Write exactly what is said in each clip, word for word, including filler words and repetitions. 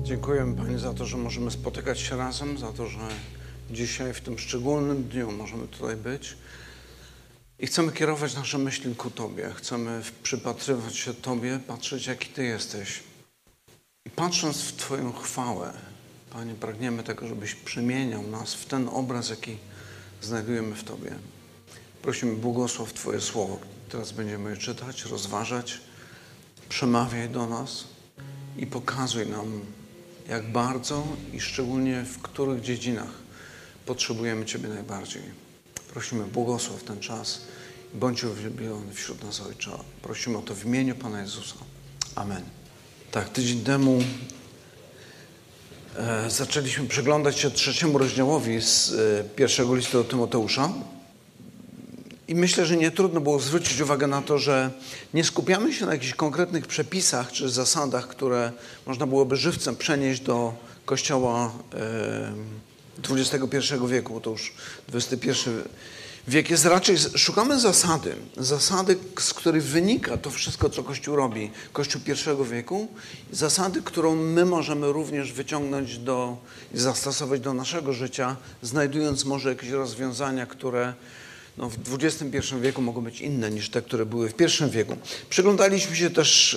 Dziękujemy, Panie, za to, że możemy spotykać się razem, za to, że dzisiaj w tym szczególnym dniu możemy tutaj być i chcemy kierować nasze myśli ku Tobie. Chcemy przypatrywać się Tobie, patrzeć, jaki Ty jesteś. I patrząc w Twoją chwałę, Panie, pragniemy tego, żebyś przemieniał nas w ten obraz, jaki znajdujemy w Tobie. Prosimy, błogosław Twoje słowo. Teraz będziemy je czytać, rozważać. Przemawiaj do nas i pokazuj nam, jak bardzo i szczególnie w których dziedzinach potrzebujemy Ciebie najbardziej. Prosimy, błogosław ten czas i bądź uwielbiony wśród nas, Ojcze. Prosimy o to w imieniu Pana Jezusa. Amen. Tak, tydzień temu e, zaczęliśmy przyglądać się trzeciemu rozdziałowi z e, pierwszego listu do Tymoteusza. I myślę, że nie trudno było zwrócić uwagę na to, że nie skupiamy się na jakichś konkretnych przepisach czy zasadach, które można byłoby żywcem przenieść do Kościoła dwudziestego pierwszego wieku, bo to już dwudziesty pierwszy wiek jest. Raczej szukamy zasady, zasady, z której wynika to wszystko, co Kościół robi, Kościół pierwszego wieku, zasady, którą my możemy również wyciągnąć do, i zastosować do naszego życia, znajdując może jakieś rozwiązania, które no, w dwudziestym pierwszym wieku mogą być inne niż te, które były w pierwszym wieku. Przyglądaliśmy się też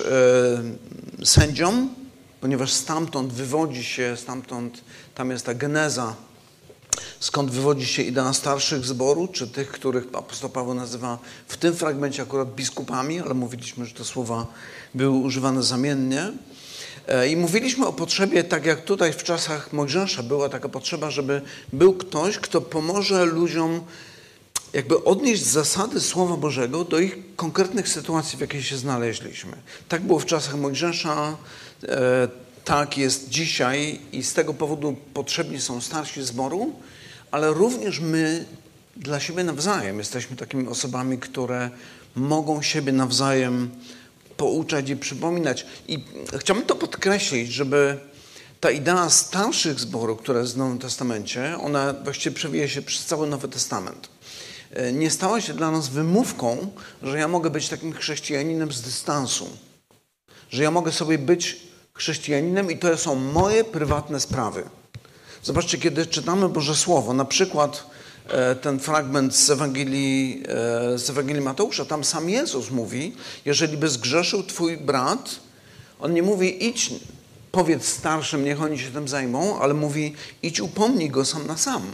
e, sędziom, ponieważ stamtąd wywodzi się, stamtąd tam jest ta geneza, skąd wywodzi się idea starszych zboru, czy tych, których apostoł Paweł nazywa w tym fragmencie akurat biskupami, ale mówiliśmy, że te słowa były używane zamiennie. E, I mówiliśmy o potrzebie, tak jak tutaj w czasach Mojżesza była taka potrzeba, żeby był ktoś, kto pomoże ludziom jakby odnieść zasady Słowa Bożego do ich konkretnych sytuacji, w jakiej się znaleźliśmy. Tak było w czasach Mojżesza, e, tak jest dzisiaj i z tego powodu potrzebni są starsi zboru, ale również my dla siebie nawzajem jesteśmy takimi osobami, które mogą siebie nawzajem pouczać i przypominać. I chciałbym to podkreślić, żeby ta idea starszych zborów, która jest w Nowym Testamencie, ona właściwie przewija się przez cały Nowy Testament. Nie stała się dla nas wymówką, że ja mogę być takim chrześcijaninem z dystansu. Że ja mogę sobie być chrześcijaninem i to są moje prywatne sprawy. Zobaczcie, kiedy czytamy Boże Słowo, na przykład ten fragment z Ewangelii, z Ewangelii Mateusza, tam sam Jezus mówi, jeżeli by zgrzeszył twój brat, on nie mówi idź, powiedz starszym, niech oni się tym zajmą, ale mówi idź upomnij go sam na sam.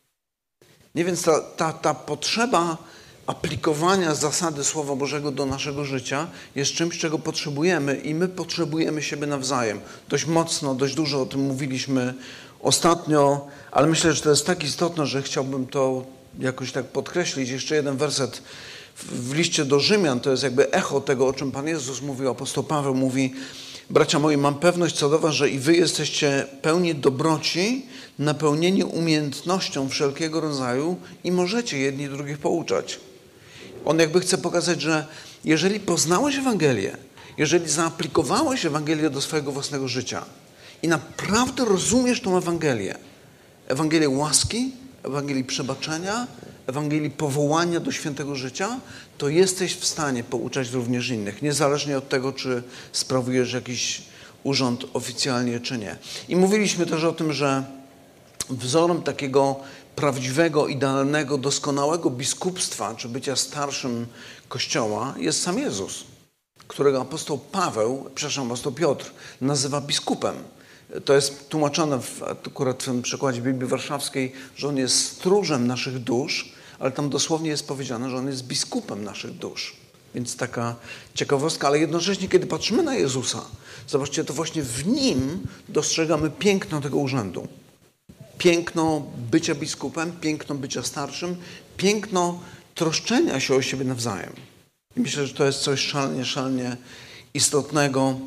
Nie, więc ta, ta, ta potrzeba aplikowania zasady Słowa Bożego do naszego życia jest czymś, czego potrzebujemy i my potrzebujemy siebie nawzajem. Dość mocno, dość dużo o tym mówiliśmy ostatnio, ale myślę, że to jest tak istotne, że chciałbym to jakoś tak podkreślić. Jeszcze jeden werset w, w liście do Rzymian, to jest jakby echo tego, o czym Pan Jezus mówił, apostoł Paweł mówi: bracia moi, mam pewność co do was, że i wy jesteście pełni dobroci, napełnieni umiejętnością wszelkiego rodzaju i możecie jedni drugich pouczać. On jakby chce pokazać, że jeżeli poznałeś Ewangelię, jeżeli zaaplikowałeś Ewangelię do swojego własnego życia i naprawdę rozumiesz tą Ewangelię, Ewangelię łaski, Ewangelii przebaczenia, Ewangelii powołania do świętego życia, to jesteś w stanie pouczać również innych, niezależnie od tego, czy sprawujesz jakiś urząd oficjalnie, czy nie. I mówiliśmy też o tym, że wzorem takiego prawdziwego, idealnego, doskonałego biskupstwa, czy bycia starszym Kościoła jest sam Jezus, którego apostoł Paweł, przepraszam, apostoł Piotr nazywa biskupem. To jest tłumaczone w, akurat w tym przykładzie Biblii Warszawskiej, że on jest stróżem naszych dusz, ale tam dosłownie jest powiedziane, że on jest biskupem naszych dusz. Więc taka ciekawostka, ale jednocześnie, kiedy patrzymy na Jezusa, zobaczcie, to właśnie w Nim dostrzegamy piękno tego urzędu. Piękno bycia biskupem, piękno bycia starszym, piękno troszczenia się o siebie nawzajem. I myślę, że to jest coś szalenie, szalenie istotnego.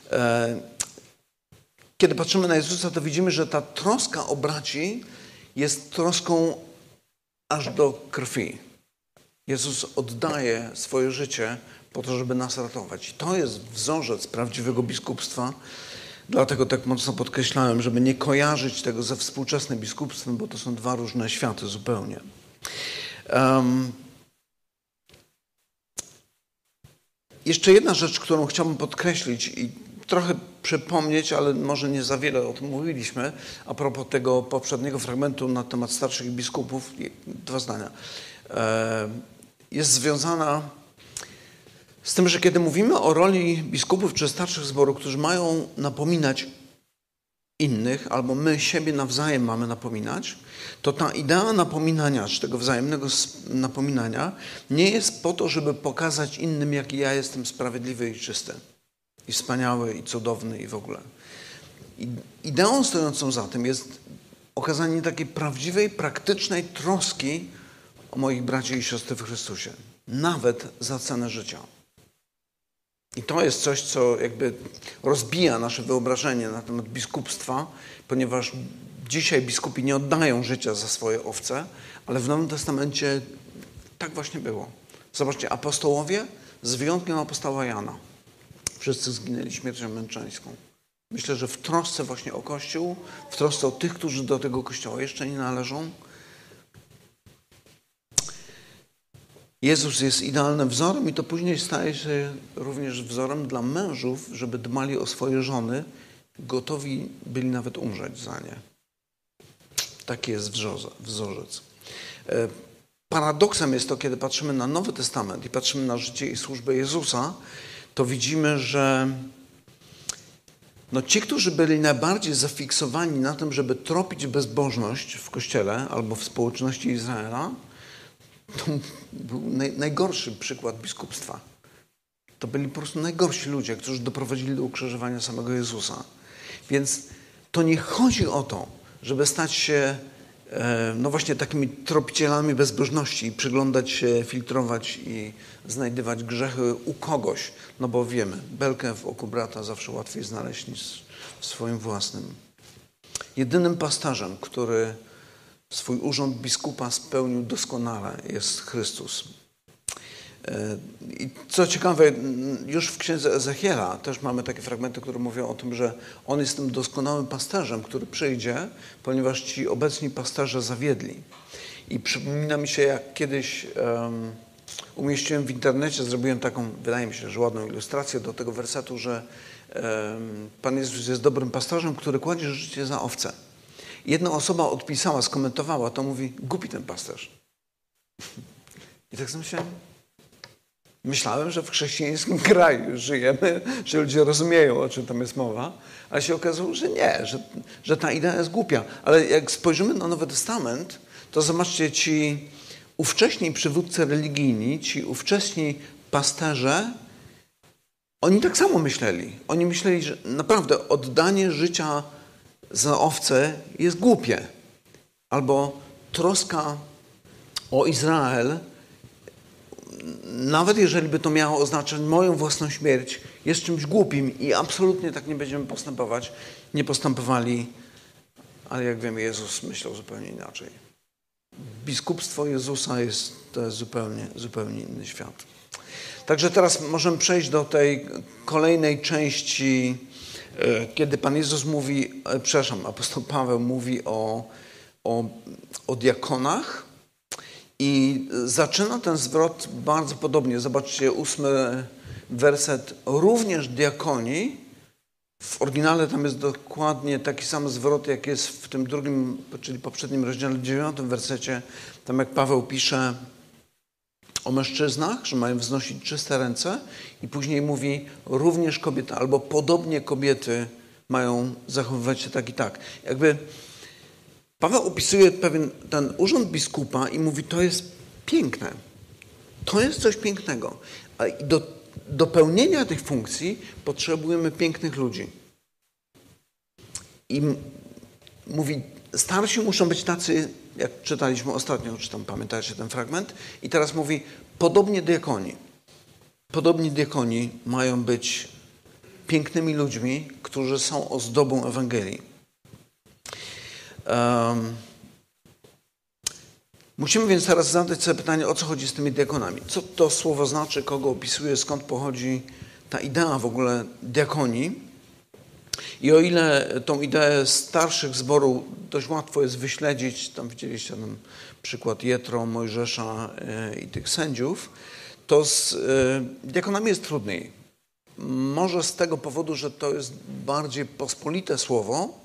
Kiedy patrzymy na Jezusa, to widzimy, że ta troska o braci jest troską aż do krwi. Jezus oddaje swoje życie po to, żeby nas ratować. I to jest wzorzec prawdziwego biskupstwa. Dlatego tak mocno podkreślałem, żeby nie kojarzyć tego ze współczesnym biskupstwem, bo to są dwa różne światy zupełnie. Um, jeszcze jedna rzecz, którą chciałbym podkreślić i trochę przypomnieć, ale może nie za wiele o tym mówiliśmy, a propos tego poprzedniego fragmentu na temat starszych biskupów, dwa zdania, jest związana z tym, że kiedy mówimy o roli biskupów czy starszych zboru, którzy mają napominać innych, albo my siebie nawzajem mamy napominać, to ta idea napominania, czy tego wzajemnego napominania nie jest po to, żeby pokazać innym, jaki ja jestem sprawiedliwy i czysty, i wspaniały, i cudowny, i w ogóle. Ideą stojącą za tym jest okazanie takiej prawdziwej, praktycznej troski o moich braci i siostry w Chrystusie, nawet za cenę życia. I to jest coś, co jakby rozbija nasze wyobrażenie na temat biskupstwa, ponieważ dzisiaj biskupi nie oddają życia za swoje owce, ale w Nowym Testamencie tak właśnie było. Zobaczcie, apostołowie, z wyjątkiem apostoła Jana, wszyscy zginęli śmiercią męczeńską. Myślę, że w trosce właśnie o Kościół, w trosce o tych, którzy do tego Kościoła jeszcze nie należą, Jezus jest idealnym wzorem i to później staje się również wzorem dla mężów, żeby dbali o swoje żony, gotowi byli nawet umrzeć za nie. Taki jest wzorzec. Paradoksem jest to, kiedy patrzymy na Nowy Testament i patrzymy na życie i służbę Jezusa, to widzimy, że no ci, którzy byli najbardziej zafiksowani na tym, żeby tropić bezbożność w Kościele albo w społeczności Izraela, to był naj, najgorszy przykład biskupstwa. To byli po prostu najgorsi ludzie, którzy doprowadzili do ukrzyżowania samego Jezusa. Więc to nie chodzi o to, żeby stać się e, no właśnie takimi tropicielami bezbożności i przyglądać się, filtrować i znajdywać grzechy u kogoś. No bo wiemy, belkę w oku brata zawsze łatwiej znaleźć niż w swoim własnym. Jedynym pasterzem, który swój urząd biskupa spełnił doskonale, jest Chrystus. I co ciekawe, już w księdze Ezechiela też mamy takie fragmenty, które mówią o tym, że On jest tym doskonałym pasterzem, który przyjdzie, ponieważ ci obecni pasterze zawiedli. I przypomina mi się, jak kiedyś um, umieściłem w internecie, zrobiłem taką, wydaje mi się, że ładną ilustrację do tego wersetu, że um, Pan Jezus jest dobrym pasterzem, który kładzie życie za owce. Jedna osoba odpisała, skomentowała, to mówi, głupi ten pasterz. I tak sobie myślałem, myślałem, że w chrześcijańskim kraju żyjemy, że ludzie rozumieją, o czym tam jest mowa, ale się okazało, że nie, że, że ta idea jest głupia. Ale jak spojrzymy na Nowy Testament, to zobaczcie, ci ówcześni przywódcy religijni, ci ówcześni pasterze, oni tak samo myśleli. Oni myśleli, że naprawdę oddanie życia za owce jest głupie. Albo troska o Izrael, nawet jeżeli by to miało oznaczać moją własną śmierć, jest czymś głupim i absolutnie tak nie będziemy postępować. Nie postępowali, ale jak wiemy, Jezus myślał zupełnie inaczej. Biskupstwo Jezusa jest, to jest zupełnie, zupełnie inny świat. Także teraz możemy przejść do tej kolejnej części, kiedy Pan Jezus mówi, przepraszam, apostoł Paweł mówi o, o, o diakonach i zaczyna ten zwrot bardzo podobnie. Zobaczcie, ósmy werset. Również diakoni, w oryginale tam jest dokładnie taki sam zwrot, jak jest w tym drugim, czyli poprzednim rozdziale, dziewiątym wersecie. Tam jak Paweł pisze o mężczyznach, że mają wznosić czyste ręce i później mówi również kobiety, albo podobnie kobiety mają zachowywać się tak i tak. Jakby Paweł opisuje pewien ten urząd biskupa i mówi, to jest piękne. To jest coś pięknego. A do, do pełnienia tych funkcji potrzebujemy pięknych ludzi. I mówi, starsi muszą być tacy, jak czytaliśmy ostatnio, czy tam pamiętacie ten fragment, i teraz mówi, podobnie diakoni. Podobnie diakoni mają być pięknymi ludźmi, którzy są ozdobą Ewangelii. Um, musimy więc teraz zadać sobie pytanie, o co chodzi z tymi diakonami. Co to słowo znaczy, kogo opisuje, skąd pochodzi ta idea w ogóle diakonii. I o ile tą ideę starszych zboru dość łatwo jest wyśledzić, tam widzieliście tam przykład Jetro, Mojżesza yy, i tych sędziów, to z yy, diakonami jest trudniej. może z tego powodu, że to jest bardziej pospolite słowo,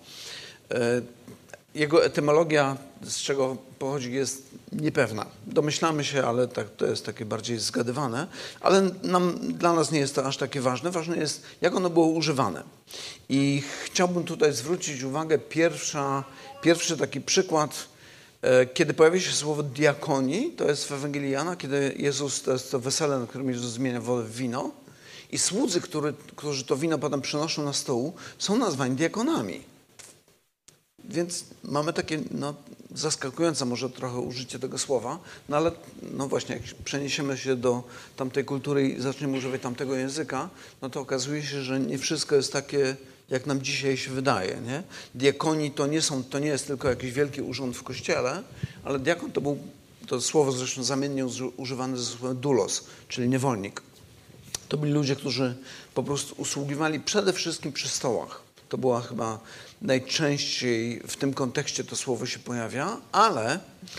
jego etymologia, z czego pochodzi, jest niepewna. Domyślamy się, ale tak, to jest takie bardziej zgadywane, ale nam, dla nas nie jest to aż takie ważne. Ważne jest, jak ono było używane. I chciałbym tutaj zwrócić uwagę, pierwsza, pierwszy taki przykład, e, kiedy pojawia się słowo diakonii, to jest w Ewangelii Jana, kiedy Jezus, to jest to wesele, na którym Jezus zmienia wodę w wino i słudzy, który, którzy to wino potem przynoszą na stół, są nazwani diakonami. Więc mamy takie no, zaskakujące może trochę użycie tego słowa, no ale no właśnie jak przeniesiemy się do tamtej kultury i zaczniemy używać tamtego języka, no to okazuje się, że nie wszystko jest takie, jak nam dzisiaj się wydaje. Nie? Diakoni to nie, są, to nie jest tylko jakiś wielki urząd w kościele, ale diakon to był, to słowo zresztą zamiennie używane ze słowem doulos, czyli niewolnik. To byli ludzie, którzy po prostu usługiwali przede wszystkim przy stołach. To była chyba najczęściej w tym kontekście to słowo się pojawia, ale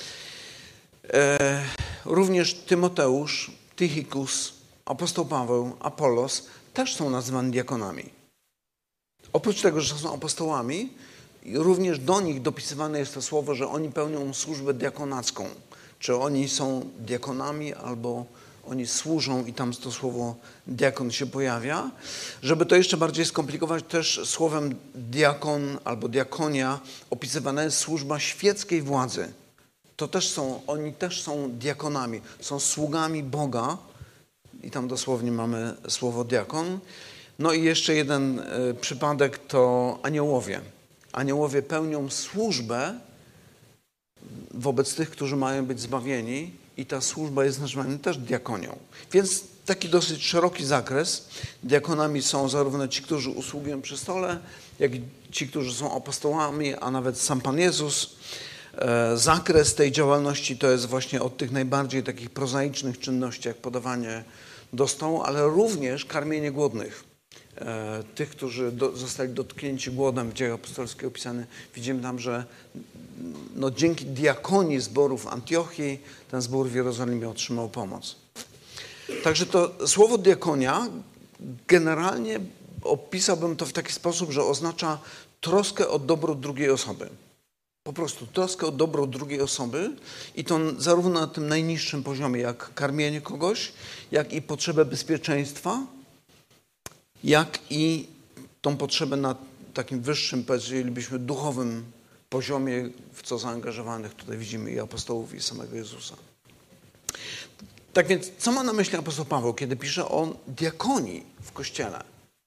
e, również Tymoteusz, Tychikus, apostoł Paweł, Apollos też są nazwani diakonami. Oprócz tego, że są apostołami, również do nich dopisywane jest to słowo, że oni pełnią służbę diakonacką. Czy oni są diakonami albo oni służą i tam to słowo diakon się pojawia. Żeby to jeszcze bardziej skomplikować, też słowem diakon albo diakonia opisywana jest służba świeckiej władzy. To też są, oni też są diakonami, są sługami Boga i tam dosłownie mamy słowo diakon. No i jeszcze jeden y, przypadek to aniołowie. Aniołowie pełnią służbę wobec tych, którzy mają być zbawieni i ta służba jest nazywana też diakonią. Więc taki dosyć szeroki zakres. Diakonami są zarówno ci, którzy usługują przy stole, jak i ci, którzy są apostołami, a nawet sam Pan Jezus. E, zakres tej działalności to jest właśnie od tych najbardziej takich prozaicznych czynności, jak podawanie do stołu, ale również karmienie głodnych. E, tych, którzy do, zostali dotknięci głodem w Dziejach Apostolskich opisane, widzimy tam, że no, dzięki diakonii zborów Antiochii ten zbór w Jerozolimie otrzymał pomoc. Także to słowo diakonia generalnie opisałbym to w taki sposób, że oznacza troskę o dobro drugiej osoby. Po prostu troskę o dobro drugiej osoby i to zarówno na tym najniższym poziomie, jak karmienie kogoś, jak i potrzebę bezpieczeństwa, jak i tą potrzebę na takim wyższym, powiedzielibyśmy, duchowym poziomie, w co zaangażowanych tutaj widzimy i apostołów, i samego Jezusa. Tak więc, co ma na myśli apostoł Paweł, kiedy pisze o diakonii w Kościele?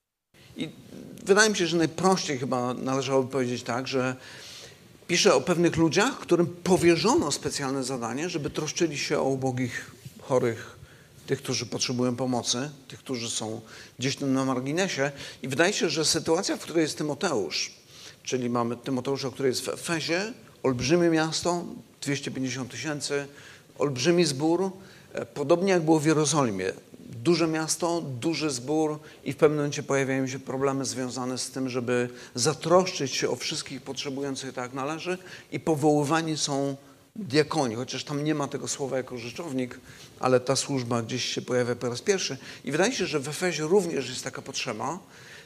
I wydaje mi się, że najprościej chyba należałoby powiedzieć tak, że pisze o pewnych ludziach, którym powierzono specjalne zadanie, żeby troszczyli się o ubogich, chorych, tych, którzy potrzebują pomocy, tych, którzy są gdzieś tam na marginesie. I wydaje się, że sytuacja, w której jest Tymoteusz, czyli mamy Tymoteusza, który jest w Efezie, olbrzymie miasto, dwieście pięćdziesiąt tysięcy, olbrzymi zbór, podobnie jak było w Jerozolimie. Duże miasto, duży zbór i w pewnym momencie pojawiają się problemy związane z tym, żeby zatroszczyć się o wszystkich potrzebujących tak jak należy i powoływani są diakoni, chociaż tam nie ma tego słowa jako rzeczownik, ale ta służba gdzieś się pojawia po raz pierwszy. I wydaje się, że w Efezie również jest taka potrzeba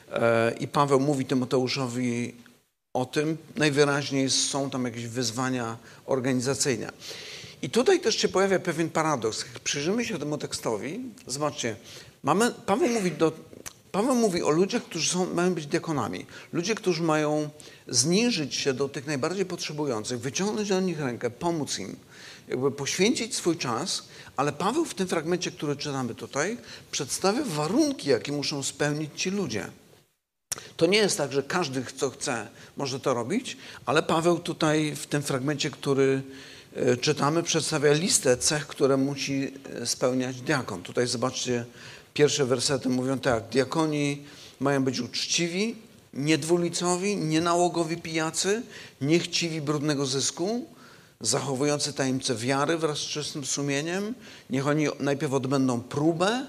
i Paweł mówi Tymoteuszowi o tym. Najwyraźniej są tam jakieś wyzwania organizacyjne. I tutaj też się pojawia pewien paradoks. Jak przyjrzymy się temu tekstowi, zobaczcie, mamy, Paweł, mówi do, Paweł mówi o ludziach, którzy są, mają być diakonami. Ludzie, którzy mają zniżyć się do tych najbardziej potrzebujących, wyciągnąć do nich rękę, pomóc im, jakby poświęcić swój czas, ale Paweł w tym fragmencie, który czytamy tutaj, przedstawia warunki, jakie muszą spełnić ci ludzie. To nie jest tak, że każdy, kto chce, może to robić, ale Paweł tutaj w tym fragmencie, który czytamy, przedstawia listę cech, które musi spełniać diakon. Tutaj zobaczcie, pierwsze wersety mówią tak: diakoni mają być uczciwi, niedwulicowi, nienałogowi pijacy, niechciwi brudnego zysku, zachowujący tajemnicę wiary wraz z czystym sumieniem. Niech oni najpierw odbędą próbę,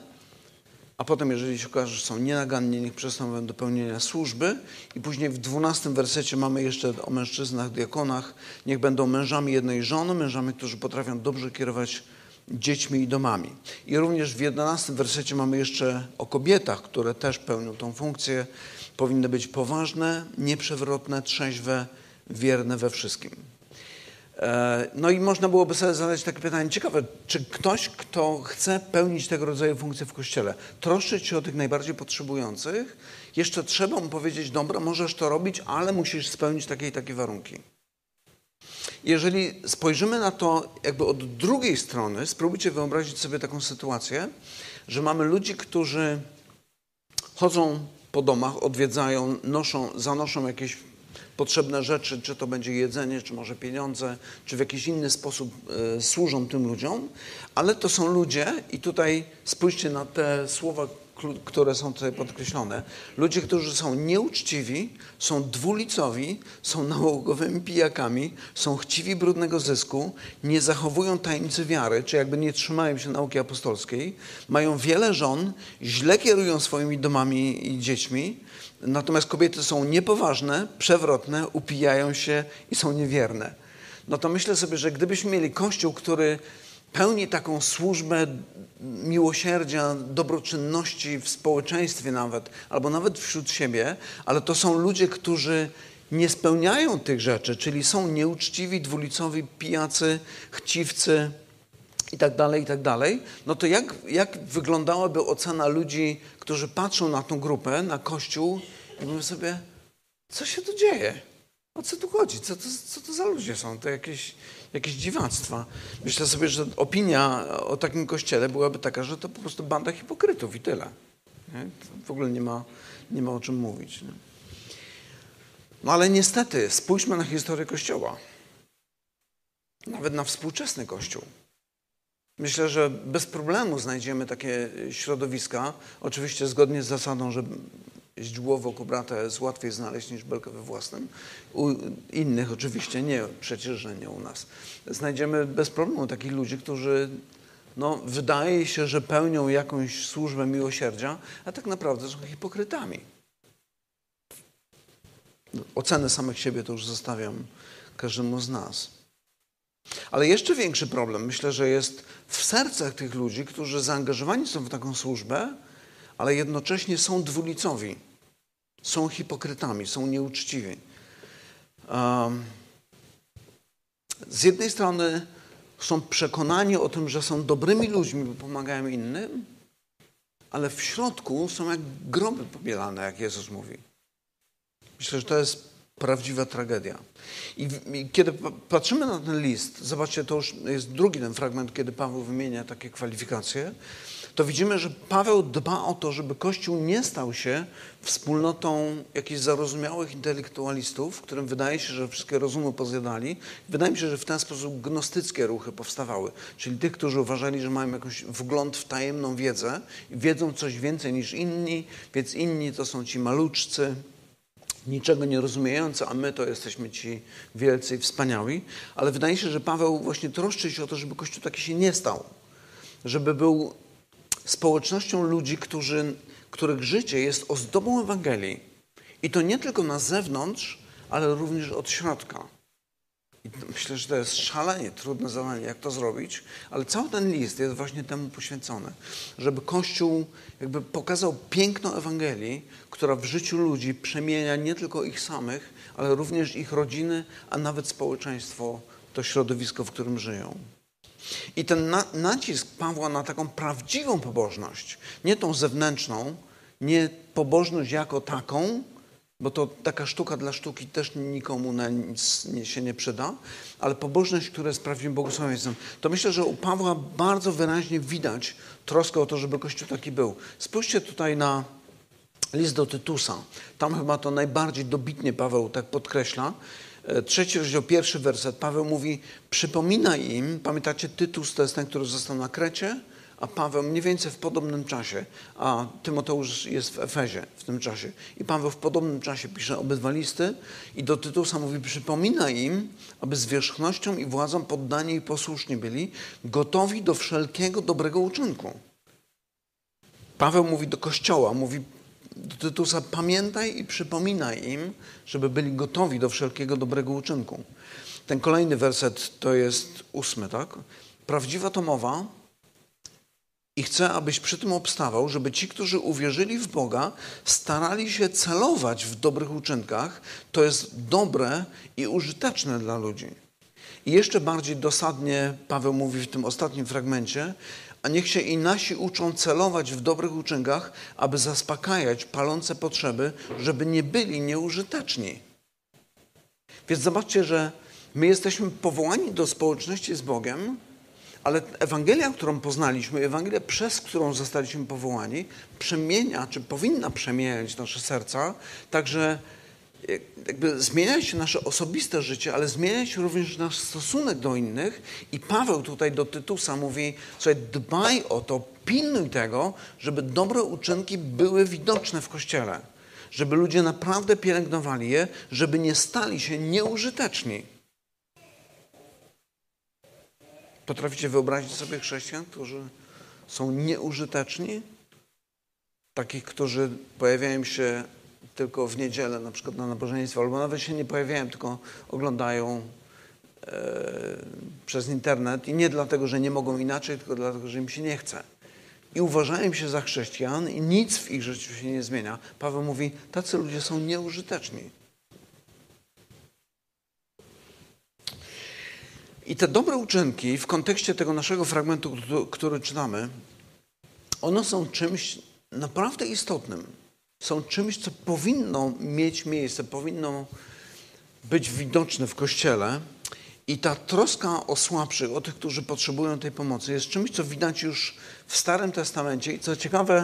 a potem, jeżeli się okaże, że są nienaganni, niech przystąpią do pełnienia służby. I później w dwunastym wersecie mamy jeszcze o mężczyznach, diakonach. Niech będą mężami jednej żony, mężami, którzy potrafią dobrze kierować dziećmi i domami. I również w jedenastym wersecie mamy jeszcze o kobietach, które też pełnią tą funkcję. Powinny być poważne, nieprzewrotne, trzeźwe, wierne we wszystkim. No i można byłoby sobie zadać takie pytanie, ciekawe, czy ktoś, kto chce pełnić tego rodzaju funkcje w Kościele, troszczyć się o tych najbardziej potrzebujących, jeszcze trzeba mu powiedzieć, dobra, możesz to robić, ale musisz spełnić takie i takie warunki. Jeżeli spojrzymy na to jakby od drugiej strony, spróbujcie wyobrazić sobie taką sytuację, że mamy ludzi, którzy chodzą po domach, odwiedzają, noszą, zanoszą jakieś potrzebne rzeczy, czy to będzie jedzenie, czy może pieniądze, czy w jakiś inny sposób y, służą tym ludziom, ale to są ludzie i tutaj spójrzcie na te słowa, które są tutaj podkreślone. Ludzie, którzy są nieuczciwi, są dwulicowi, są nałogowymi pijakami, są chciwi brudnego zysku, nie zachowują tajemnicy wiary, czy jakby nie trzymają się nauki apostolskiej, mają wiele żon, źle kierują swoimi domami i dziećmi, natomiast kobiety są niepoważne, przewrotne, upijają się i są niewierne. No to myślę sobie, że gdybyśmy mieli Kościół, który pełni taką służbę miłosierdzia, dobroczynności w społeczeństwie nawet, albo nawet wśród siebie, ale to są ludzie, którzy nie spełniają tych rzeczy, czyli są nieuczciwi, dwulicowi, pijacy, chciwcy i tak dalej, i tak dalej, no to jak, jak wyglądałaby ocena ludzi, którzy patrzą na tą grupę, na Kościół i mówią sobie, co się tu dzieje? O co tu chodzi? Co to, co to za ludzie są? To jakieś, jakieś dziwactwa. Myślę sobie, że opinia o takim kościele byłaby taka, że to po prostu banda hipokrytów i tyle. Nie? W ogóle nie ma, nie ma o czym mówić. Nie? No ale niestety, spójrzmy na historię Kościoła. Nawet na współczesny Kościół. Myślę, że bez problemu znajdziemy takie środowiska, oczywiście zgodnie z zasadą, że źdźbło wokół brata jest łatwiej znaleźć niż belkę we własnym. U innych oczywiście nie, przecież, że nie u nas. Znajdziemy bez problemu takich ludzi, którzy no, wydaje się, że pełnią jakąś służbę miłosierdzia, a tak naprawdę są hipokrytami. Ocenę samych siebie to już zostawiam każdemu z nas. Ale jeszcze większy problem, myślę, że jest w sercach tych ludzi, którzy zaangażowani są w taką służbę, ale jednocześnie są dwulicowi, są hipokrytami, są nieuczciwi. Um, z jednej strony są przekonani o tym, że są dobrymi ludźmi, bo pomagają innym, ale w środku są jak groby pobielane, jak Jezus mówi. Myślę, że to jest prawdziwa tragedia. I, I kiedy patrzymy na ten list, zobaczcie, to już jest drugi ten fragment, kiedy Paweł wymienia takie kwalifikacje, to widzimy, że Paweł dba o to, żeby Kościół nie stał się wspólnotą jakichś zarozumiałych intelektualistów, którym wydaje się, że wszystkie rozumy pozjadali. Wydaje mi się, że w ten sposób gnostyckie ruchy powstawały, czyli tych, którzy uważali, że mają jakiś wgląd w tajemną wiedzę i wiedzą coś więcej niż inni, więc inni to są ci maluczcy, niczego nie rozumiejący, a my to jesteśmy ci wielcy i wspaniali. Ale wydaje się, że Paweł właśnie troszczy się o to, żeby Kościół taki się nie stał. Żeby był społecznością ludzi, którzy, których życie jest ozdobą Ewangelii. I to nie tylko na zewnątrz, ale również od środka. I myślę, że to jest szalenie trudne zadanie, jak to zrobić, ale cały ten list jest właśnie temu poświęcony. Żeby Kościół jakby pokazał piękno Ewangelii, która w życiu ludzi przemienia nie tylko ich samych, ale również ich rodziny, a nawet społeczeństwo, to środowisko, w którym żyją. I ten na, nacisk Pawła na taką prawdziwą pobożność, nie tą zewnętrzną, nie pobożność jako taką, bo to taka sztuka dla sztuki też nikomu na nic nie, się nie przyda, ale pobożność, która jest prawdziwym błogosławieństwem. To myślę, że u Pawła bardzo wyraźnie widać troskę o to, żeby Kościół taki był. Spójrzcie tutaj na list do Tytusa. Tam chyba to najbardziej dobitnie Paweł tak podkreśla. Trzeci rozdział, pierwszy werset. Paweł mówi, przypominaj im, pamiętacie, Tytus to jest ten, który został na Krecie, a Paweł mniej więcej w podobnym czasie, a Tymoteusz jest w Efezie w tym czasie. I Paweł w podobnym czasie pisze obydwa listy i do Tytusa mówi, przypominaj im, aby z wierzchnością i władzą poddani i posłuszni byli, gotowi do wszelkiego dobrego uczynku. Paweł mówi do Kościoła, mówi do Tytusa, pamiętaj i przypominaj im, żeby byli gotowi do wszelkiego dobrego uczynku. Ten kolejny werset to jest ósmy, tak? Prawdziwa to mowa I chcę, abyś przy tym obstawał, żeby ci, którzy uwierzyli w Boga, starali się celować w dobrych uczynkach. To jest dobre i użyteczne dla ludzi. I jeszcze bardziej dosadnie Paweł mówi w tym ostatnim fragmencie, a niech się i nasi uczą celować w dobrych uczynkach, aby zaspokajać palące potrzeby, żeby nie byli nieużyteczni. Więc zobaczcie, że my jesteśmy powołani do społeczności z Bogiem, ale Ewangelia, którą poznaliśmy, Ewangelia, przez którą zostaliśmy powołani, przemienia, czy powinna przemieniać nasze serca, także jakby zmienia się nasze osobiste życie, ale zmienia się również nasz stosunek do innych. I Paweł tutaj do Tytusa mówi, słuchaj, dbaj o to, pilnuj tego, żeby dobre uczynki były widoczne w Kościele. Żeby ludzie naprawdę pielęgnowali je, żeby nie stali się nieużyteczni. Potraficie wyobrazić sobie chrześcijan, którzy są nieużyteczni? Takich, którzy pojawiają się tylko w niedzielę, na przykład na nabożeństwo, albo nawet się nie pojawiają, tylko oglądają e, przez internet i nie dlatego, że nie mogą inaczej, tylko dlatego, że im się nie chce. I uważają się za chrześcijan i nic w ich życiu się nie zmienia. Paweł mówi, tacy ludzie są nieużyteczni. I te dobre uczynki w kontekście tego naszego fragmentu, który czytamy, one są czymś naprawdę istotnym. Są czymś, co powinno mieć miejsce, powinno być widoczne w Kościele. I ta troska o słabszych, o tych, którzy potrzebują tej pomocy, jest czymś, co widać już w Starym Testamencie. I co ciekawe,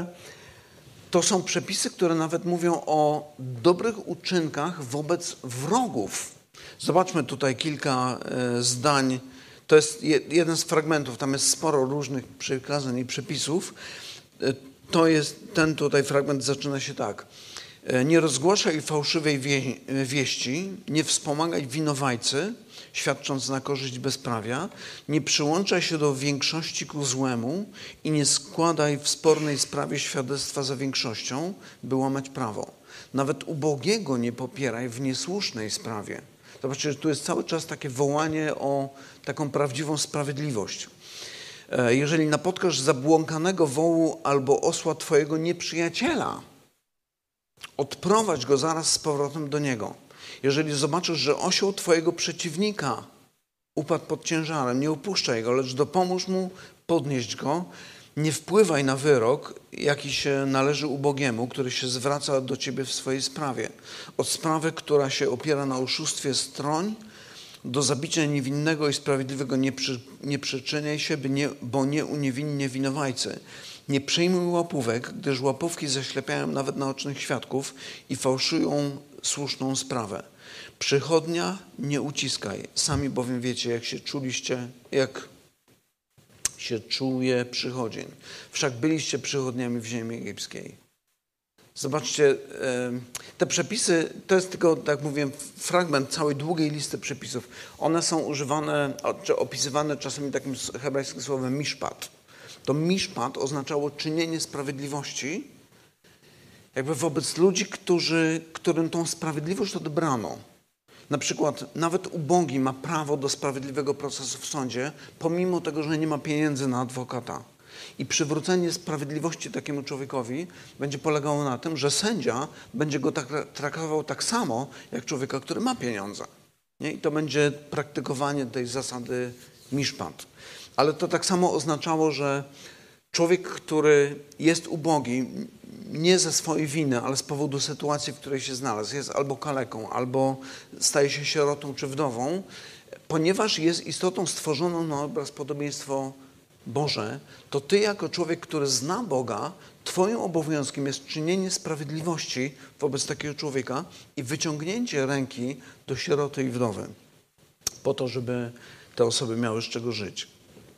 to są przepisy, które nawet mówią o dobrych uczynkach wobec wrogów. Zobaczmy tutaj kilka e, zdań. To jest je, jeden z fragmentów, tam jest sporo różnych przykazań i przepisów. E, to jest, ten tutaj fragment zaczyna się tak. E, nie rozgłaszaj fałszywej wie, wieści, nie wspomagaj winowajcy, świadcząc na korzyść bezprawia, nie przyłączaj się do większości ku złemu i nie składaj w spornej sprawie świadectwa za większością, by łamać prawo. Nawet ubogiego nie popieraj w niesłusznej sprawie. Zobaczcie, że tu jest cały czas takie wołanie o taką prawdziwą sprawiedliwość. Jeżeli napotkasz zabłąkanego wołu albo osła twojego nieprzyjaciela, odprowadź go zaraz z powrotem do niego. Jeżeli zobaczysz, że osioł twojego przeciwnika upadł pod ciężarem, nie upuszczaj go, lecz dopomóż mu podnieść go. Nie wpływaj na wyrok, jaki się należy ubogiemu, który się zwraca do ciebie w swojej sprawie. Od sprawy, która się opiera na oszustwie, stroń, do zabicia niewinnego i sprawiedliwego nie, przy, nie przyczyniaj się, by nie, bo nie uniewinnie winowajcy. Nie przyjmuj łapówek, gdyż łapówki zaślepiają nawet naocznych świadków i fałszują słuszną sprawę. Przychodnia nie uciskaj, sami bowiem wiecie, jak się czuliście, jak się czuje przychodzień. Wszak byliście przychodniami w ziemi egipskiej. Zobaczcie, te przepisy, to jest tylko, tak jak mówiłem, fragment całej długiej listy przepisów. One są używane, czy opisywane czasami takim hebrajskim słowem miszpat. To miszpat oznaczało czynienie sprawiedliwości jakby wobec ludzi, którzy, którym tą sprawiedliwość odebrano. Na przykład nawet ubogi ma prawo do sprawiedliwego procesu w sądzie, pomimo tego, że nie ma pieniędzy na adwokata. I przywrócenie sprawiedliwości takiemu człowiekowi będzie polegało na tym, że sędzia będzie go tak traktował tak samo, jak człowieka, który ma pieniądze. Nie? I to będzie praktykowanie tej zasady miszpat. Ale to tak samo oznaczało, że człowiek, który jest ubogi, nie ze swojej winy, ale z powodu sytuacji, w której się znalazł, jest albo kaleką, albo staje się sierotą czy wdową, ponieważ jest istotą stworzoną na obraz podobieństwo Boże, to ty jako człowiek, który zna Boga, twoim obowiązkiem jest czynienie sprawiedliwości wobec takiego człowieka i wyciągnięcie ręki do sieroty i wdowy, po to, żeby te osoby miały z czego żyć.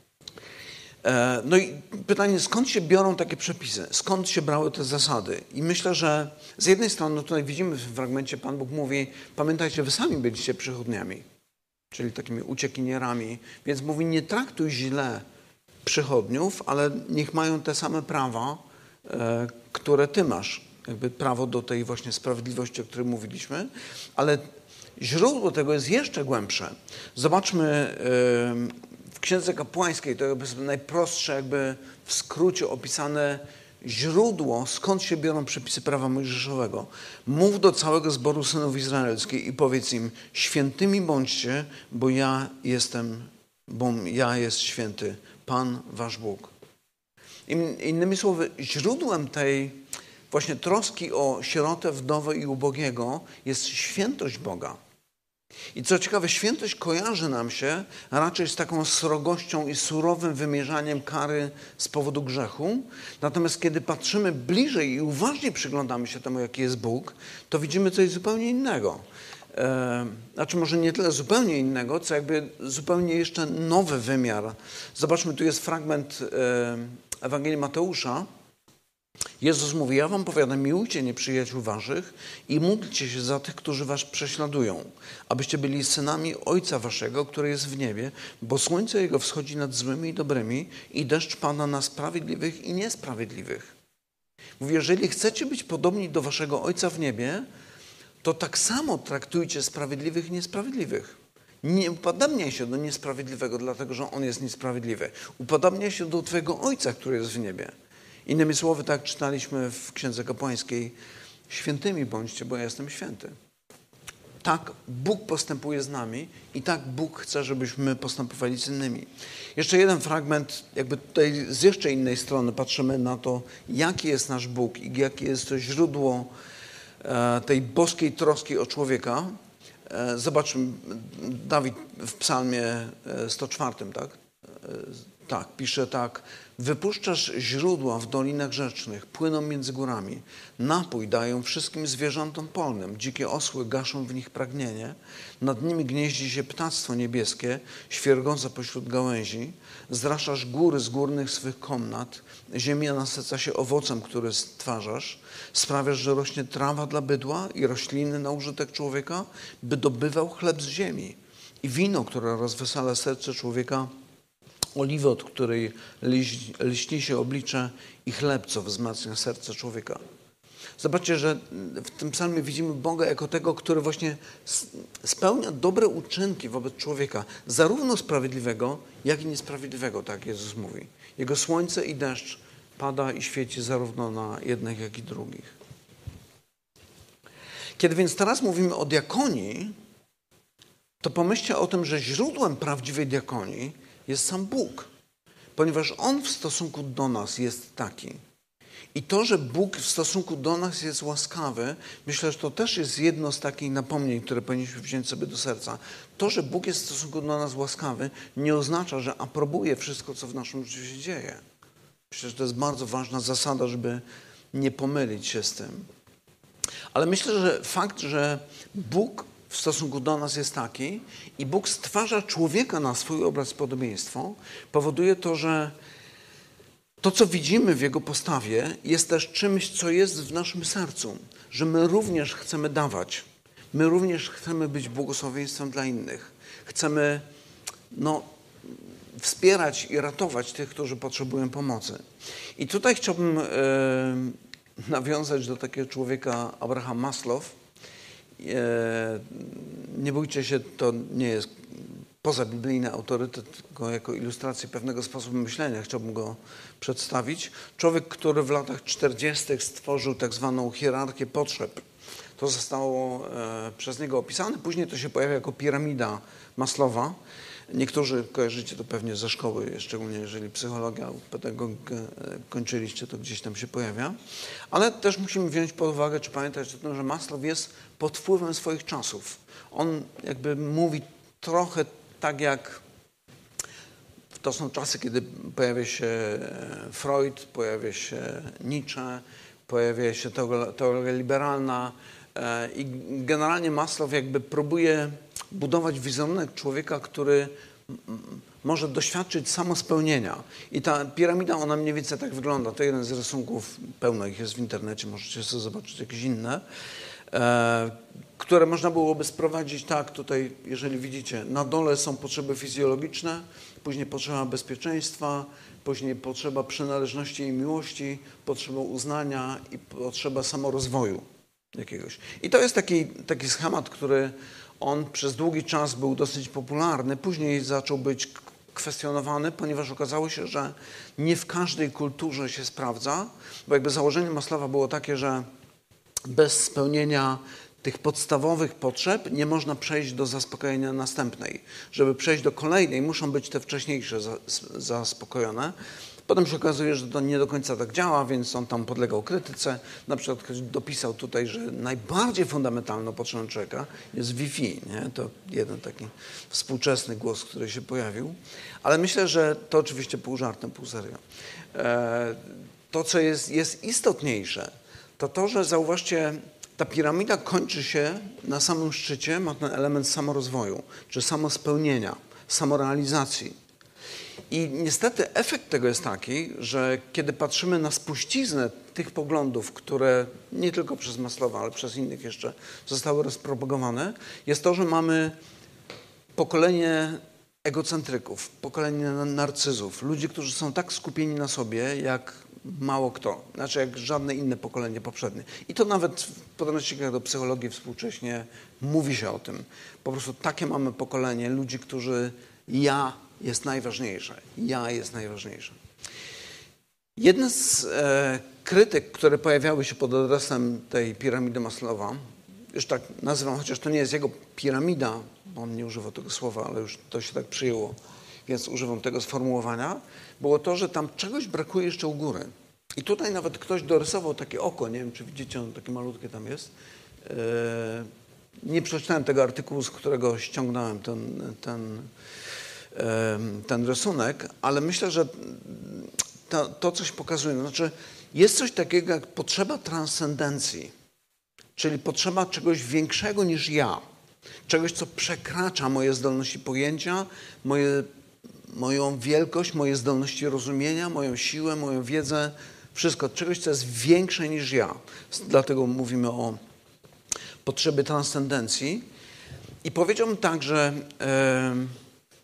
No i pytanie, skąd się biorą takie przepisy? Skąd się brały te zasady? I myślę, że z jednej strony, no tutaj widzimy w fragmencie, Pan Bóg mówi, pamiętajcie, wy sami byliście przychodniami, czyli takimi uciekinierami, więc mówi, nie traktuj źle przychodniów, ale niech mają te same prawa, e, które ty masz. Jakby prawo do tej właśnie sprawiedliwości, o której mówiliśmy, ale źródło tego jest jeszcze głębsze. Zobaczmy e, w Księdze Kapłańskiej to jakby najprostsze, jakby w skrócie opisane źródło, skąd się biorą przepisy prawa mojżeszowego. Mów do całego zboru synów izraelskich i powiedz im, świętymi bądźcie, bo ja jestem, bo ja jest święty, Pan wasz Bóg. Innymi słowy, źródłem tej właśnie troski o sierotę, wdowę i ubogiego jest świętość Boga. I co ciekawe, świętość kojarzy nam się raczej z taką srogością i surowym wymierzaniem kary z powodu grzechu. Natomiast kiedy patrzymy bliżej i uważnie przyglądamy się temu, jaki jest Bóg, to widzimy coś zupełnie innego. E, znaczy może nie tyle zupełnie innego, co jakby zupełnie jeszcze nowy wymiar. Zobaczmy, tu jest fragment e, Ewangelii Mateusza. Jezus mówi, ja wam powiadam, miłujcie nieprzyjaciół waszych i módlcie się za tych, którzy was prześladują, abyście byli synami Ojca waszego, który jest w niebie, bo słońce Jego wschodzi nad złymi i dobrymi i deszcz pada na sprawiedliwych i niesprawiedliwych. Mówi, jeżeli chcecie być podobni do waszego Ojca w niebie, to tak samo traktujcie sprawiedliwych i niesprawiedliwych. Nie upodabniaj się do niesprawiedliwego, dlatego że on jest niesprawiedliwy. Upodabniaj się do twojego Ojca, który jest w niebie. Innymi słowy, tak czytaliśmy w Księdze Kapłańskiej, świętymi bądźcie, bo ja jestem święty. Tak Bóg postępuje z nami i tak Bóg chce, żebyśmy postępowali z innymi. Jeszcze jeden fragment, jakby tutaj z jeszcze innej strony patrzymy na to, jaki jest nasz Bóg i jakie jest to źródło e, tej boskiej troski o człowieka. E, zobaczmy, Dawid w psalmie sto czwartym, tak? E, tak, pisze tak. Wypuszczasz źródła w dolinach rzecznych, płyną między górami. Napój dają wszystkim zwierzątom polnym. Dzikie osły gaszą w nich pragnienie. Nad nimi gnieździ się ptactwo niebieskie, świergące pośród gałęzi. Zraszasz góry z górnych swych komnat. Ziemia nasyca się owocem, który stwarzasz. Sprawiasz, że rośnie trawa dla bydła i rośliny na użytek człowieka, by dobywał chleb z ziemi. I wino, które rozwesela serce człowieka, oliwy, od której liś, liśni się oblicze i chleb, co wzmacnia serce człowieka. Zobaczcie, że w tym psalmie widzimy Boga jako tego, który właśnie spełnia dobre uczynki wobec człowieka, zarówno sprawiedliwego, jak i niesprawiedliwego, tak Jezus mówi. Jego słońce i deszcz pada i świeci zarówno na jednych, jak i drugich. Kiedy więc teraz mówimy o diakonii, to pomyślcie o tym, że źródłem prawdziwej diakonii jest sam Bóg, ponieważ On w stosunku do nas jest taki. I to, że Bóg w stosunku do nas jest łaskawy, myślę, że to też jest jedno z takich napomnień, które powinniśmy wziąć sobie do serca. To, że Bóg jest w stosunku do nas łaskawy, nie oznacza, że aprobuje wszystko, co w naszym życiu się dzieje. Myślę, że to jest bardzo ważna zasada, żeby nie pomylić się z tym. Ale myślę, że fakt, że Bóg w stosunku do nas jest taki i Bóg stwarza człowieka na swój obraz i podobieństwo, powoduje to, że to, co widzimy w Jego postawie, jest też czymś, co jest w naszym sercu, że my również chcemy dawać. My również chcemy być błogosławieństwem dla innych. Chcemy no, wspierać i ratować tych, którzy potrzebują pomocy. I tutaj chciałbym e, nawiązać do takiego człowieka Abraham Maslow. E, nie bójcie się, to nie jest pozabiblijny autorytet, tylko jako ilustrację pewnego sposobu myślenia chciałbym go przedstawić. Człowiek, który w latach czterdziestych stworzył tak zwaną hierarchię potrzeb. To zostało e, przez niego opisane. Później to się pojawia jako piramida Maslowa. Niektórzy kojarzycie to pewnie ze szkoły, szczególnie jeżeli psychologia lub pedagogikę kończyliście, to gdzieś tam się pojawia. Ale też musimy wziąć pod uwagę, czy pamiętać o tym, że Maslow jest pod wpływem swoich czasów. On jakby mówi trochę tak jak to są czasy, kiedy pojawia się Freud, pojawia się Nietzsche, pojawia się teoria liberalna i generalnie Maslow jakby próbuje budować wizerunek człowieka, który może doświadczyć samospełnienia. I ta piramida, ona mniej więcej tak wygląda. To jeden z rysunków, pełno ich jest w internecie, możecie sobie zobaczyć jakieś inne, e, które można byłoby sprowadzić tak, tutaj, jeżeli widzicie, na dole są potrzeby fizjologiczne, później potrzeba bezpieczeństwa, później potrzeba przynależności i miłości, potrzeba uznania i potrzeba samorozwoju jakiegoś. I to jest taki, taki schemat, który on przez długi czas był dosyć popularny, później zaczął być kwestionowany, ponieważ okazało się, że nie w każdej kulturze się sprawdza, bo jakby założenie Maslowa było takie, że bez spełnienia tych podstawowych potrzeb nie można przejść do zaspokojenia następnej. Żeby przejść do kolejnej, muszą być te wcześniejsze za, zaspokojone. Potem się okazuje, że to nie do końca tak działa, więc on tam podlegał krytyce. Na przykład ktoś dopisał tutaj, że najbardziej fundamentalną potrzebą człowieka jest Wi-Fi. Nie? To jeden taki współczesny głos, który się pojawił. Ale myślę, że to oczywiście pół żartem, pół serio. E, to, co jest, jest istotniejsze, to to, że zauważcie, ta piramida kończy się na samym szczycie, ma ten element samorozwoju, czy samospełnienia, samorealizacji. I niestety efekt tego jest taki, że kiedy patrzymy na spuściznę tych poglądów, które nie tylko przez Maslowa, ale przez innych jeszcze zostały rozpropagowane, jest to, że mamy pokolenie egocentryków, pokolenie narcyzów, ludzi, którzy są tak skupieni na sobie, jak mało kto, znaczy jak żadne inne pokolenie poprzednie. I to nawet w podręcznikach do psychologii współcześnie mówi się o tym. Po prostu takie mamy pokolenie ludzi, którzy ja jest najważniejsze. Ja jest najważniejsze. Jedna z e, krytyk, które pojawiały się pod adresem tej piramidy Maslowa, już tak nazywam, chociaż to nie jest jego piramida, bo on nie używał tego słowa, ale już to się tak przyjęło, więc używam tego sformułowania, było to, że tam czegoś brakuje jeszcze u góry. I tutaj nawet ktoś dorysował takie oko, nie wiem, czy widzicie, ono takie malutkie tam jest. E, nie przeczytałem tego artykułu, z którego ściągnąłem ten, ten ten rysunek, ale myślę, że to, to coś pokazuje. Znaczy, jest coś takiego jak potrzeba transcendencji, czyli potrzeba czegoś większego niż ja, czegoś, co przekracza moje zdolności pojęcia, moje, moją wielkość, moje zdolności rozumienia, moją siłę, moją wiedzę, wszystko, czegoś, co jest większe niż ja. Dlatego mówimy o potrzebie transcendencji. I powiedziałbym tak, że yy,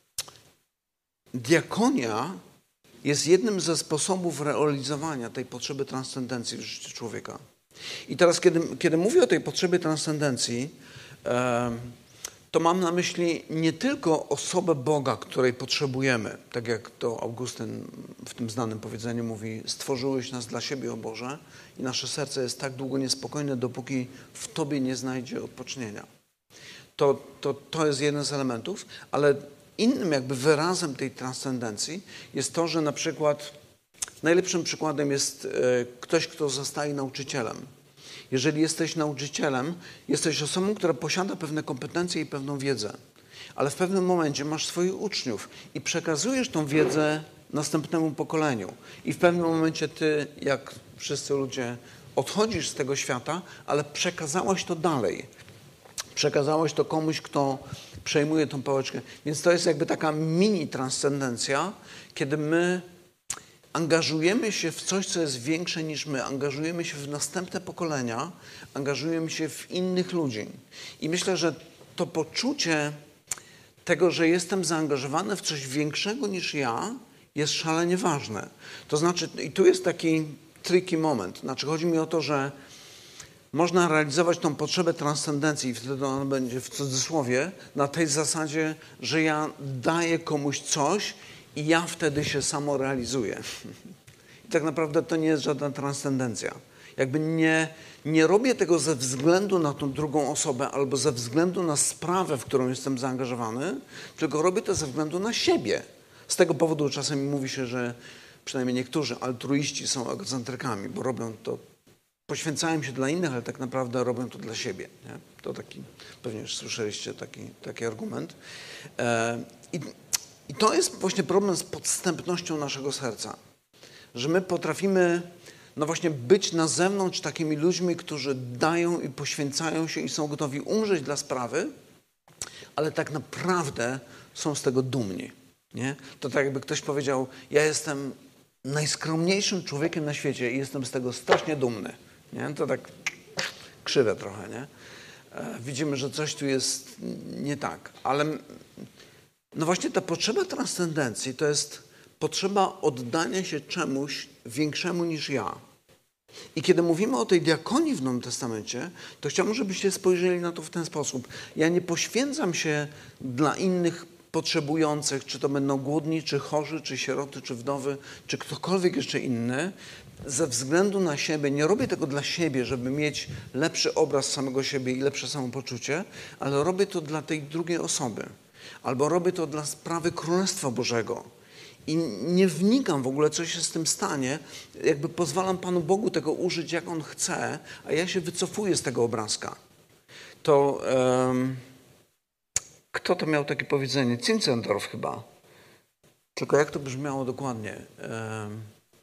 diakonia jest jednym ze sposobów realizowania tej potrzeby transcendencji w życiu człowieka. I teraz, kiedy, kiedy mówię o tej potrzebie transcendencji, e, to mam na myśli nie tylko osobę Boga, której potrzebujemy, tak jak to Augustyn w tym znanym powiedzeniu mówi, stworzyłeś nas dla siebie, o Boże, i nasze serce jest tak długo niespokojne, dopóki w Tobie nie znajdzie odpocznienia. To, to, to jest jeden z elementów, ale innym jakby wyrazem tej transcendencji jest to, że na przykład najlepszym przykładem jest ktoś, kto zostaje nauczycielem. Jeżeli jesteś nauczycielem, jesteś osobą, która posiada pewne kompetencje i pewną wiedzę, ale w pewnym momencie masz swoich uczniów i przekazujesz tą wiedzę następnemu pokoleniu. I w pewnym momencie ty, jak wszyscy ludzie, odchodzisz z tego świata, ale przekazałeś to dalej. Przekazałeś to komuś, kto przejmuje tą pałeczkę. Więc to jest jakby taka mini transcendencja, kiedy my angażujemy się w coś, co jest większe niż my. Angażujemy się w następne pokolenia, angażujemy się w innych ludzi. I myślę, że to poczucie tego, że jestem zaangażowany w coś większego niż ja, jest szalenie ważne. To znaczy, i tu jest taki tricky moment. Znaczy, chodzi mi o to, że można realizować tą potrzebę transcendencji i wtedy ona będzie w cudzysłowie na tej zasadzie, że ja daję komuś coś i ja wtedy się samorealizuję. I tak naprawdę to nie jest żadna transcendencja. Jakby nie, nie robię tego ze względu na tą drugą osobę albo ze względu na sprawę, w którą jestem zaangażowany, tylko robię to ze względu na siebie. Z tego powodu czasem mówi się, że przynajmniej niektórzy altruiści są egocentrykami, bo robią to, poświęcają się dla innych, ale tak naprawdę robią to dla siebie. Nie? To taki, pewnie już słyszeliście taki, taki argument. E, i, I to jest właśnie problem z podstępnością naszego serca. Że my potrafimy no właśnie być na zewnątrz takimi ludźmi, którzy dają i poświęcają się i są gotowi umrzeć dla sprawy, ale tak naprawdę są z tego dumni. Nie? To tak jakby ktoś powiedział, ja jestem najskromniejszym człowiekiem na świecie i jestem z tego strasznie dumny. Nie? To tak krzywe trochę, nie? E, widzimy, że coś tu jest nie tak. Ale no właśnie ta potrzeba transcendencji to jest potrzeba oddania się czemuś większemu niż ja. I kiedy mówimy o tej diakonii w Nowym Testamencie, to chciałbym, żebyście spojrzeli na to w ten sposób. Ja nie poświęcam się dla innych potrzebujących, czy to będą głodni, czy chorzy, czy sieroty, czy wdowy, czy ktokolwiek jeszcze inny, ze względu na siebie, nie robię tego dla siebie, żeby mieć lepszy obraz samego siebie i lepsze samopoczucie, ale robię to dla tej drugiej osoby. Albo robię to dla sprawy Królestwa Bożego. I nie wnikam w ogóle, co się z tym stanie. Jakby pozwalam Panu Bogu tego użyć, jak On chce, a ja się wycofuję z tego obrazka. To um, kto to miał takie powiedzenie? Zinzendorf chyba. Tylko jak to brzmiało dokładnie? Um,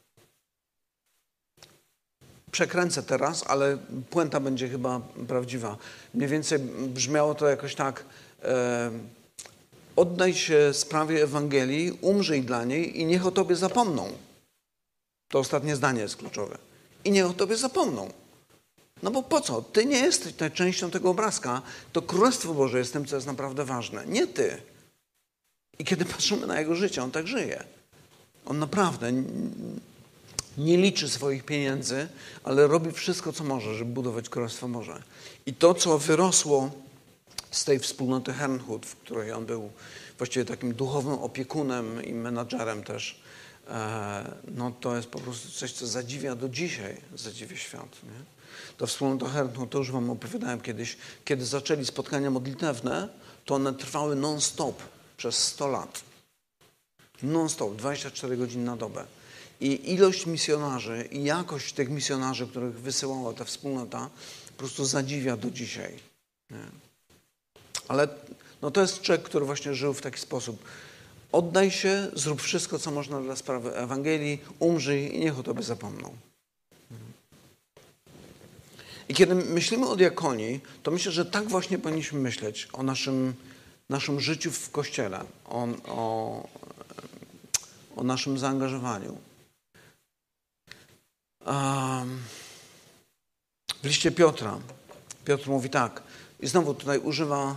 Przekręcę teraz, ale puenta będzie chyba prawdziwa. Mniej więcej brzmiało to jakoś tak: e, oddaj się sprawie Ewangelii, umrzyj dla niej i niech o tobie zapomną. To ostatnie zdanie jest kluczowe. I niech o tobie zapomną. No bo po co? Ty nie jesteś tą częścią tego obrazka. To Królestwo Boże jest tym, co jest naprawdę ważne. Nie ty. I kiedy patrzymy na Jego życie, On tak żyje. On naprawdę nie liczy swoich pieniędzy, ale robi wszystko, co może, żeby budować Królestwo Boże. I to, co wyrosło z tej wspólnoty Herrnhut, w której on był właściwie takim duchowym opiekunem i menadżerem też, no to jest po prostu coś, co zadziwia do dzisiaj, zadziwia świat. Nie? Ta wspólnota Herrnhut, to już wam opowiadałem kiedyś, kiedy zaczęli spotkania modlitewne, to one trwały non-stop przez sto lat. Non-stop, dwadzieścia cztery godziny na dobę. I ilość misjonarzy i jakość tych misjonarzy, których wysyłała ta wspólnota, po prostu zadziwia do dzisiaj. Nie? Ale no to jest człowiek, który właśnie żył w taki sposób. Oddaj się, zrób wszystko, co można dla sprawy Ewangelii, umrzyj i niech o tobie zapomną. I kiedy myślimy o diakonii, to myślę, że tak właśnie powinniśmy myśleć o naszym, naszym życiu w Kościele, o, o, o naszym zaangażowaniu. W liście Piotra, Piotr mówi tak, i znowu tutaj używa,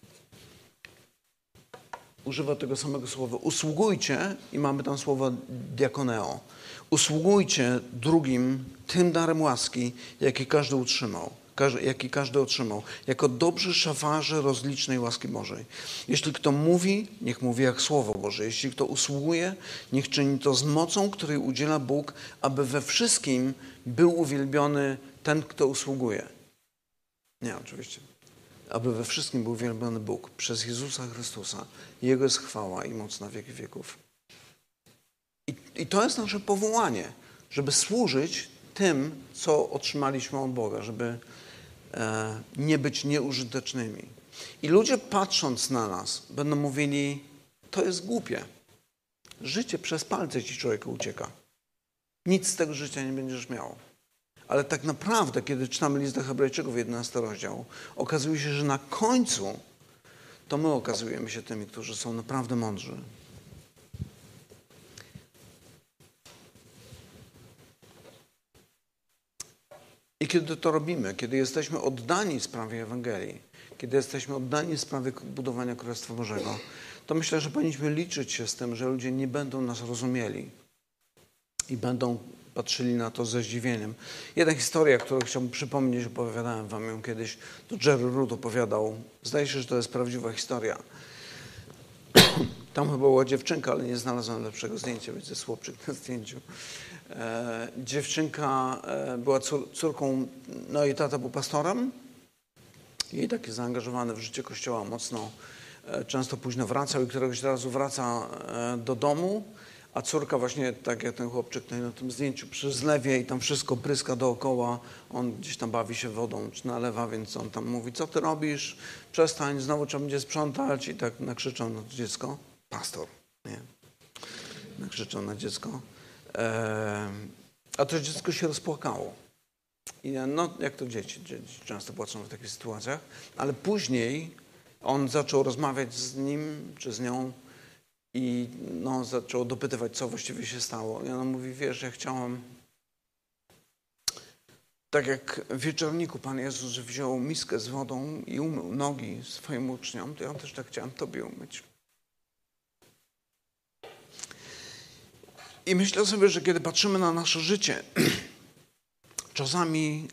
używa tego samego słowa, usługujcie, i mamy tam słowo diakoneo, usługujcie drugim tym darem łaski, jaki każdy utrzymał, jaki każdy otrzymał, jako dobrzy szafarze rozlicznej łaski Bożej. Jeśli kto mówi, niech mówi jak Słowo Boże. Jeśli kto usługuje, niech czyni to z mocą, której udziela Bóg, aby we wszystkim był uwielbiony ten, kto usługuje. Nie, oczywiście. Aby we wszystkim był uwielbiony Bóg przez Jezusa Chrystusa. Jego jest chwała i moc na wieki wieków. I, i to jest nasze powołanie, żeby służyć tym, co otrzymaliśmy od Boga, żeby e, nie być nieużytecznymi. I ludzie, patrząc na nas, będą mówili, to jest głupie. Życie przez palce ci człowieku ucieka. Nic z tego życia nie będziesz miał. Ale tak naprawdę, kiedy czytamy list do Hebrajczyków, jedenasty rozdział, okazuje się, że na końcu to my okazujemy się tymi, którzy są naprawdę mądrzy. I kiedy to robimy, kiedy jesteśmy oddani sprawie Ewangelii, kiedy jesteśmy oddani sprawie budowania Królestwa Bożego, to myślę, że powinniśmy liczyć się z tym, że ludzie nie będą nas rozumieli i będą patrzyli na to ze zdziwieniem. Jedna historia, którą chciałbym przypomnieć, opowiadałem wam ją kiedyś, to Jerry Root opowiadał. Zdaje się, że to jest prawdziwa historia. Tam chyba była dziewczynka, ale nie znalazłem lepszego zdjęcia, więc jest chłopczyk na zdjęciu. E, dziewczynka e, była cór, córką, no i tata był pastorem. Jej taki zaangażowany w życie Kościoła mocno, e, często późno wracał i któregoś razu wraca e, do domu, a córka właśnie, tak jak ten chłopczyk tutaj na tym zdjęciu, przy zlewie i tam wszystko pryska dookoła, on gdzieś tam bawi się wodą, czy nalewa, więc on tam mówi, co ty robisz? Przestań, znowu trzeba będzie sprzątać i tak nakrzyczał na to dziecko. Pastor, nie? Nakrzyczał na dziecko. Eee, a to dziecko się rozpłakało. I no, jak to dzieci, dzieci często płaczą w takich sytuacjach, ale później on zaczął rozmawiać z nim, czy z nią i no, zaczął dopytywać, co właściwie się stało. I ona mówi, wiesz, ja chciałam, tak jak w wieczorniku Pan Jezus wziął miskę z wodą i umył nogi swoim uczniom, to ja też tak chciałam Tobie umyć. I myślę sobie, że kiedy patrzymy na nasze życie, czasami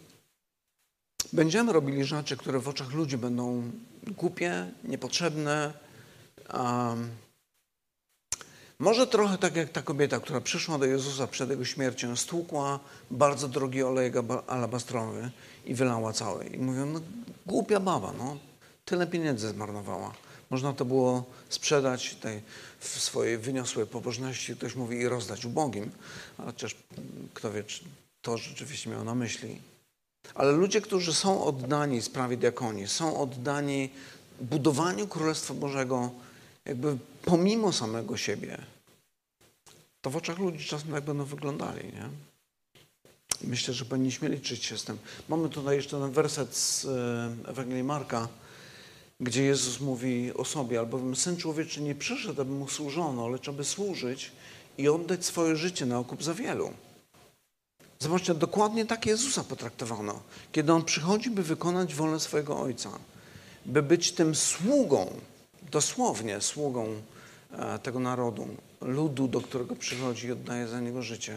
będziemy robili rzeczy, które w oczach ludzi będą głupie, niepotrzebne, Um, może trochę tak jak ta kobieta, która przyszła do Jezusa przed Jego śmiercią, stłukła bardzo drogi olej alabastrowy i wylała cały. I mówią, no głupia baba, no, tyle pieniędzy zmarnowała. Można to było sprzedać tej, w swojej wyniosłej pobożności, ktoś mówi, i rozdać ubogim. Ale chociaż kto wie, czy to rzeczywiście miał na myśli. Ale ludzie, którzy są oddani sprawie diakonii, są oddani budowaniu Królestwa Bożego, jakby pomimo samego siebie, to w oczach ludzi czasem tak będą wyglądali, nie? I myślę, że powinniśmy liczyć się z tym. Mamy tutaj jeszcze ten werset z Ewangelii Marka, gdzie Jezus mówi o sobie, albowiem Syn Człowieczy nie przyszedł, aby mu służono, lecz aby służyć i oddać swoje życie na okup za wielu. Zobaczcie, dokładnie tak Jezusa potraktowano, kiedy On przychodzi, by wykonać wolę swojego Ojca, by być tym sługą, dosłownie sługą tego narodu, ludu, do którego przychodzi i oddaje za niego życie.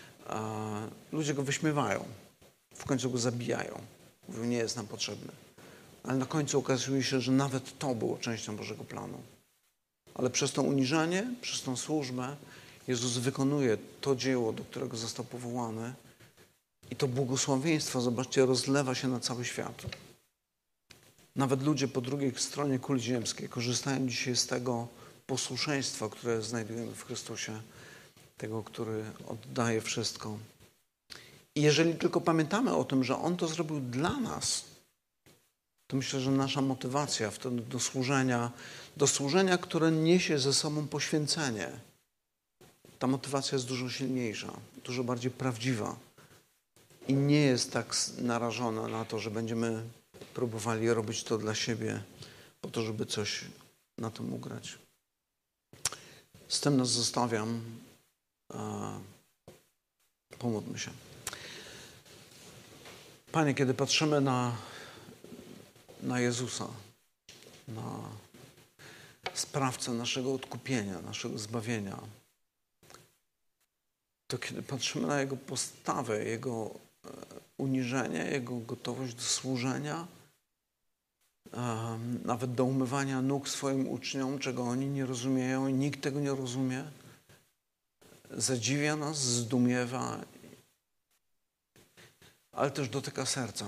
Ludzie go wyśmiewają, w końcu go zabijają, mówią, nie jest nam potrzebny. Ale na końcu okazuje się, że nawet to było częścią Bożego planu. Ale przez to uniżenie, przez tą służbę Jezus wykonuje to dzieło, do którego został powołany i to błogosławieństwo, zobaczcie, rozlewa się na cały świat. Nawet ludzie po drugiej stronie kuli ziemskiej korzystają dzisiaj z tego posłuszeństwa, które znajdujemy w Chrystusie, tego, który oddaje wszystko. I jeżeli tylko pamiętamy o tym, że On to zrobił dla nas, to myślę, że nasza motywacja wtedy do służenia, do służenia, które niesie ze sobą poświęcenie, ta motywacja jest dużo silniejsza, dużo bardziej prawdziwa i nie jest tak narażona na to, że będziemy próbowali robić to dla siebie, po to, żeby coś na tym ugrać. Z tym nas zostawiam. Pomódlmy się. Panie, kiedy patrzymy na, na Jezusa, na sprawcę naszego odkupienia, naszego zbawienia, to kiedy patrzymy na Jego postawę, Jego uniżenie, Jego gotowość do służenia, nawet do umywania nóg swoim uczniom, czego oni nie rozumieją i nikt tego nie rozumie, zadziwia nas, zdumiewa, ale też dotyka serca.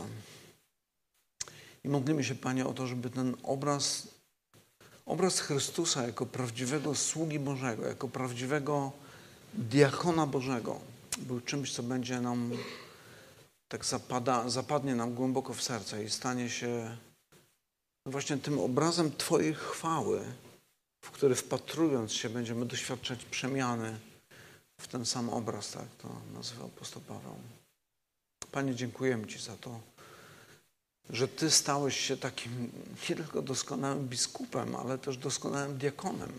I modlimy się, Panie, o to, żeby ten obraz, obraz Chrystusa jako prawdziwego sługi Bożego, jako prawdziwego diakona Bożego był czymś, co będzie nam, tak zapada, zapadnie nam głęboko w serce i stanie się właśnie tym obrazem Twojej chwały, w który wpatrując się będziemy doświadczać przemiany w ten sam obraz, tak to nazywał apostoł Paweł. Panie, dziękujemy Ci za to, że Ty stałeś się takim nie tylko doskonałym biskupem, ale też doskonałym diakonem.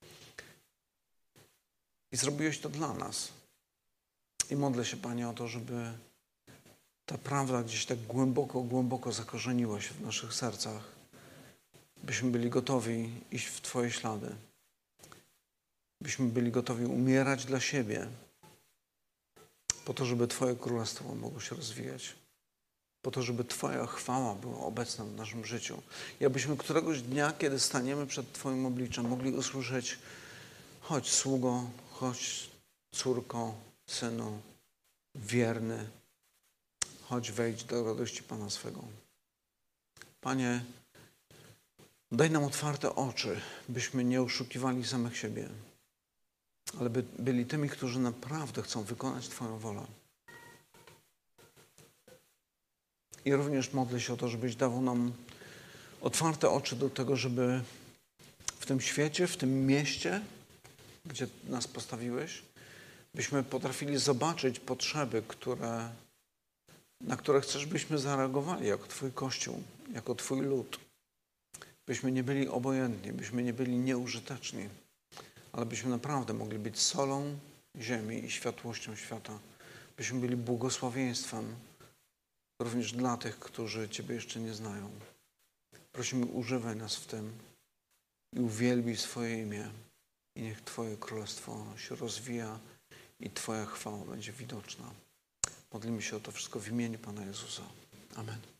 I zrobiłeś to dla nas. I modlę się, Panie, o to, żeby ta prawda gdzieś tak głęboko, głęboko zakorzeniła się w naszych sercach, byśmy byli gotowi iść w Twoje ślady. Byśmy byli gotowi umierać dla siebie, po to, żeby Twoje królestwo mogło się rozwijać. Po to, żeby Twoja chwała była obecna w naszym życiu. I abyśmy któregoś dnia, kiedy staniemy przed Twoim obliczem, mogli usłyszeć: chodź, sługo, chodź, córko, synu, wierny, chodź, wejdź do radości Pana swego. Panie, daj nam otwarte oczy, byśmy nie oszukiwali samych siebie, ale by byli tymi, którzy naprawdę chcą wykonać Twoją wolę. I również modlę się o to, żebyś dawał nam otwarte oczy do tego, żeby w tym świecie, w tym mieście, gdzie nas postawiłeś, byśmy potrafili zobaczyć potrzeby, które, na które chcesz, byśmy zareagowali jako Twój Kościół, jako Twój lud. Byśmy nie byli obojętni, byśmy nie byli nieużyteczni, ale byśmy naprawdę mogli być solą ziemi i światłością świata. Byśmy byli błogosławieństwem również dla tych, którzy Ciebie jeszcze nie znają. Prosimy, używaj nas w tym i uwielbij swoje imię. I niech Twoje królestwo się rozwija i Twoja chwała będzie widoczna. Modlimy się o to wszystko w imieniu Pana Jezusa. Amen.